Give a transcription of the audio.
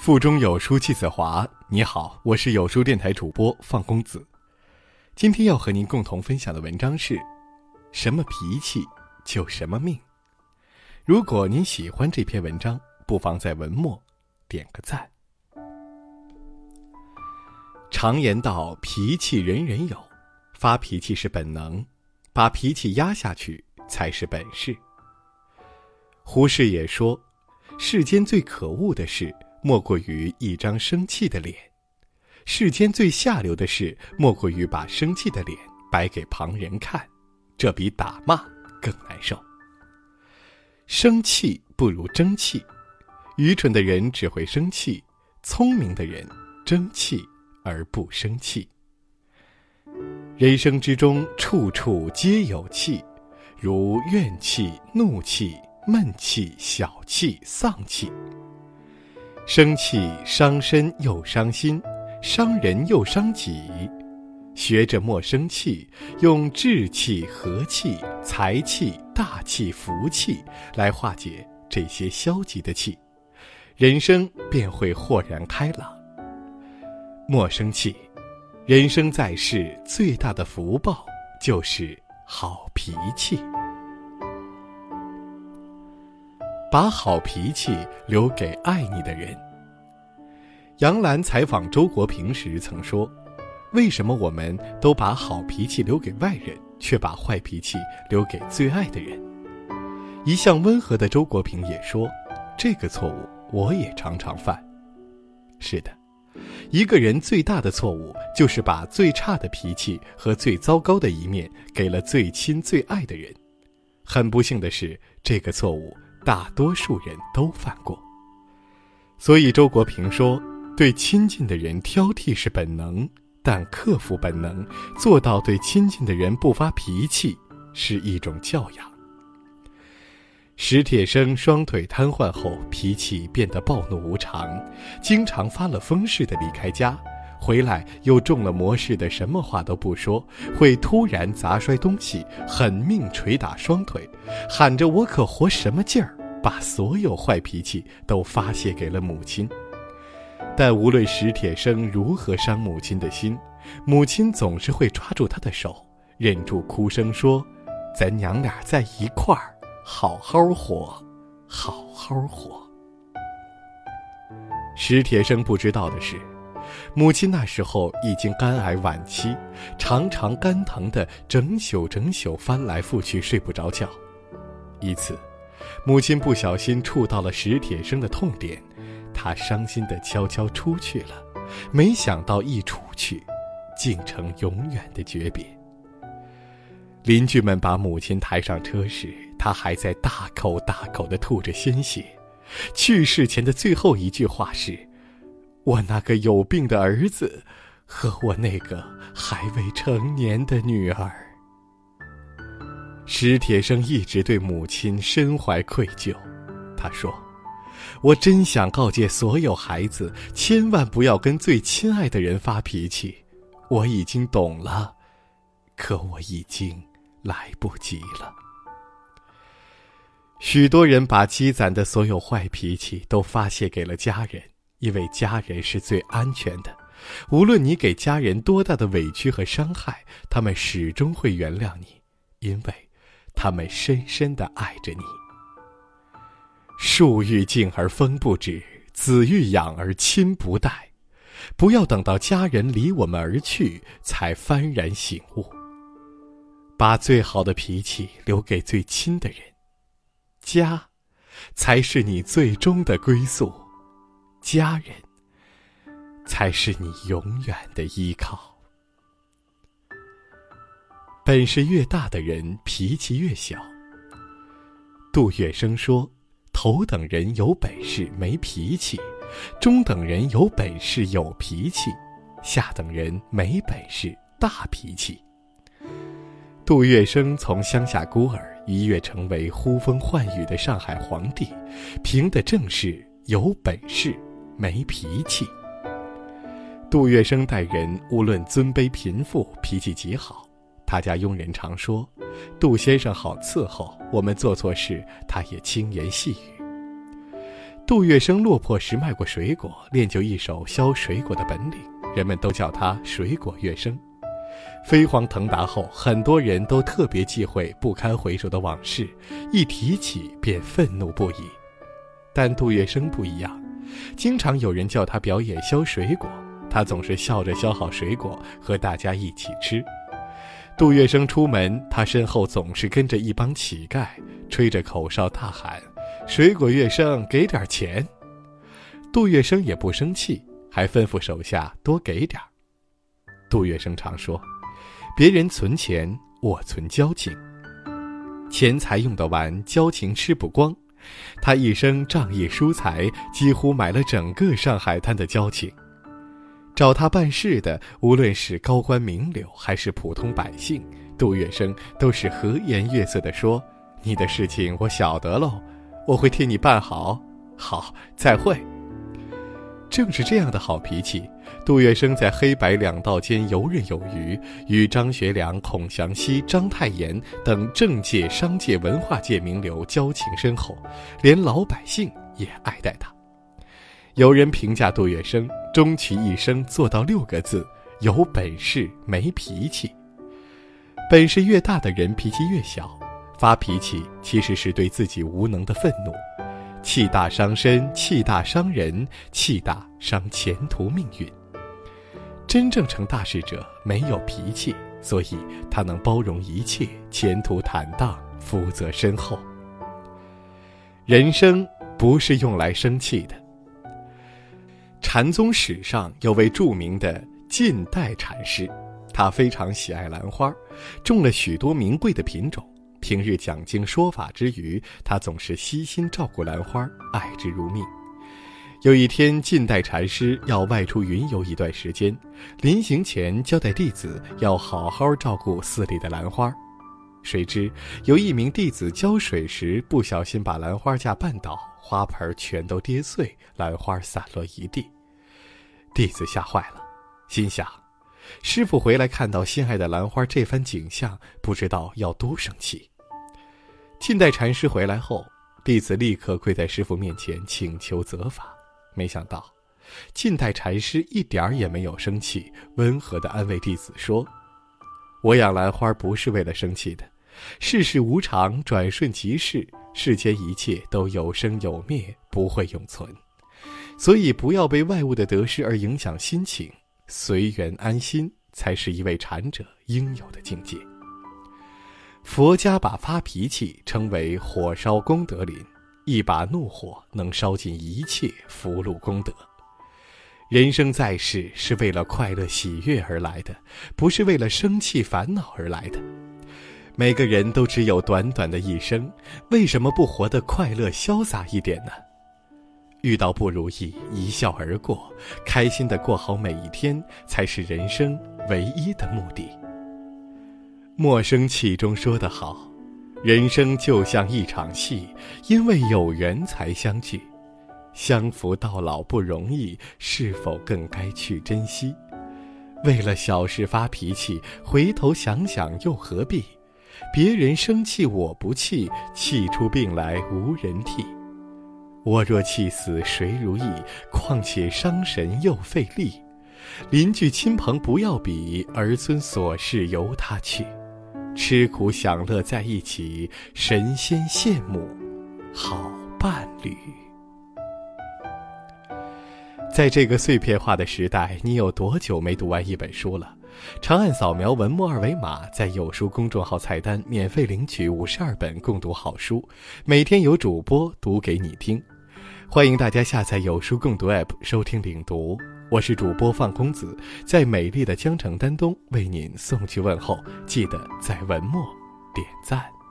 腹中有书气自华。你好，我是有书电台主播放公子。今天要和您共同分享的文章是：什么脾气就什么命。如果您喜欢这篇文章，不妨在文末点个赞。常言道，脾气人人有，发脾气是本能，把脾气压下去才是本事。胡适也说，世间最可恶的事莫过于一张生气的脸，世间最下流的事莫过于把生气的脸摆给旁人看，这比打骂更难受。生气不如争气，愚蠢的人只会生气，聪明的人争气而不生气。人生之中处处皆有气，如怨气、怒气、闷气、小气、丧气。生气伤身又伤心，伤人又伤己。学着莫生气，用志气、和气、财气、大气、福气来化解这些消极的气，人生便会豁然开朗。莫生气，人生在世最大的福报就是好脾气。把好脾气留给爱你的人。杨澜采访周国平时曾说，为什么我们都把好脾气留给外人，却把坏脾气留给最爱的人？一向温和的周国平也说，这个错误我也常常犯。是的，一个人最大的错误就是把最差的脾气和最糟糕的一面给了最亲最爱的人。很不幸的是，这个错误大多数人都犯过。所以周国平说，对亲近的人挑剔是本能，但克服本能，做到对亲近的人不发脾气，是一种教养。史铁生双腿瘫痪后，脾气变得暴怒无常，经常发了疯似的离开家，回来又中了魔似的什么话都不说，会突然砸摔东西，狠命捶打双腿，喊着我可活什么劲儿，把所有坏脾气都发泄给了母亲。但无论史铁生如何伤母亲的心，母亲总是会抓住他的手，忍住哭声说，咱娘俩在一块儿，好好活，好好活。史铁生不知道的是，母亲那时候已经肝癌晚期，常常肝疼的整宿翻来覆去睡不着觉。一次，母亲不小心触到了史铁生的痛点，他伤心地悄悄出去了，没想到一出去，竟成永远的诀别。邻居们把母亲抬上车时，他还在大口大口地吐着鲜血。去世前的最后一句话是，我那个有病的儿子和我那个还未成年的女儿。史铁生一直对母亲深怀愧疚，他说，我真想告诫所有孩子，千万不要跟最亲爱的人发脾气。我已经懂了，可我已经来不及了。许多人把积攒的所有坏脾气都发泄给了家人，因为家人是最安全的，无论你给家人多大的委屈和伤害，他们始终会原谅你，因为他们深深地爱着你。树欲静而风不止，子欲养而亲不待。不要等到家人离我们而去，才幡然醒悟。把最好的脾气留给最亲的人，家才是你最终的归宿，家人才是你永远的依靠。本事越大的人，脾气越小。杜月笙说，头等人有本事没脾气，中等人有本事有脾气，下等人没本事大脾气。杜月笙从乡下孤儿一跃成为呼风唤雨的上海皇帝，凭的正是有本事没脾气。杜月笙待人无论尊卑贫富，脾气极好。他家佣人常说，杜先生好伺候，我们做错事他也轻言细语。 杜月笙落魄时卖过水果，练就一手削水果的本领，人们都叫他水果月笙。飞黄腾达后，很多人都特别忌讳不堪回首的往事，一提起便愤怒不已。但杜月笙不一样，经常有人叫他表演削水果，他总是笑着削好水果和大家一起吃。杜月笙出门，他身后总是跟着一帮乞丐，吹着口哨大喊：水果月笙给点钱。杜月笙也不生气，还吩咐手下多给点。杜月笙常说，别人存钱，我存交情。钱财用得完，交情吃不光。他一生仗义疏财，几乎买了整个上海滩的交情。找他办事的，无论是高官名流还是普通百姓，杜月笙都是和颜悦色地说：你的事情我晓得喽，我会替你办好。好，再会。正是这样的好脾气，杜月笙在黑白两道间游刃有余，与张学良、孔祥熙、章太炎等政界、商界、文化界名流交情深厚，连老百姓也爱戴他。有人评价杜月笙，终其一生做到6个字：有本事没脾气。本事越大的人脾气越小，发脾气其实是对自己无能的愤怒。气大伤身，气大伤人，气大伤前途命运。真正成大事者没有脾气，所以他能包容一切，前途坦荡，福泽深厚。人生不是用来生气的。禅宗史上有位著名的晋代禅师，他非常喜爱兰花，种了许多名贵的品种。平日讲经说法之余，他总是悉心照顾兰花，爱之如命。有一天，晋代禅师要外出云游一段时间，临行前交代弟子要好好照顾寺里的兰花。谁知有一名弟子浇水时不小心把兰花架绊倒，花盆全都跌碎，兰花散落一地。弟子吓坏了，心想师父回来看到心爱的兰花这番景象，不知道要多生气。晋代禅师回来后，弟子立刻跪在师父面前请求责罚。没想到晋代禅师一点儿也没有生气，温和地安慰弟子说：我养兰花不是为了生气的，世事无常，转瞬即逝，世间一切都有生有灭，不会永存，所以不要被外物的得失而影响心情，随缘安心才是一位禅者应有的境界。佛家把发脾气称为火烧功德林，一把怒火能烧尽一切福禄功德。人生在世是为了快乐喜悦而来的，不是为了生气烦恼而来的。每个人都只有短短的一生，为什么不活得快乐潇洒一点呢？遇到不如意一笑而过，开心地过好每一天，才是人生唯一的目的。莫生气中说得好，人生就像一场戏，因为有缘才相聚，相扶到老不容易，是否更该去珍惜？为了小事发脾气，回头想想又何必？别人生气我不气，气出病来无人替。我若气死谁如意，况且伤神又费力。邻居亲朋不要比，儿孙琐事由他去。吃苦享乐在一起，神仙羡慕好伴侣。在这个碎片化的时代，你有多久没读完一本书了？长按扫描文末二维码，在有书公众号菜单免费领取52本共读好书，每天有主播读给你听。欢迎大家下载有书共读 App 收听领读，我是主播范公子，在美丽的江城丹东为您送去问候，记得在文末点赞。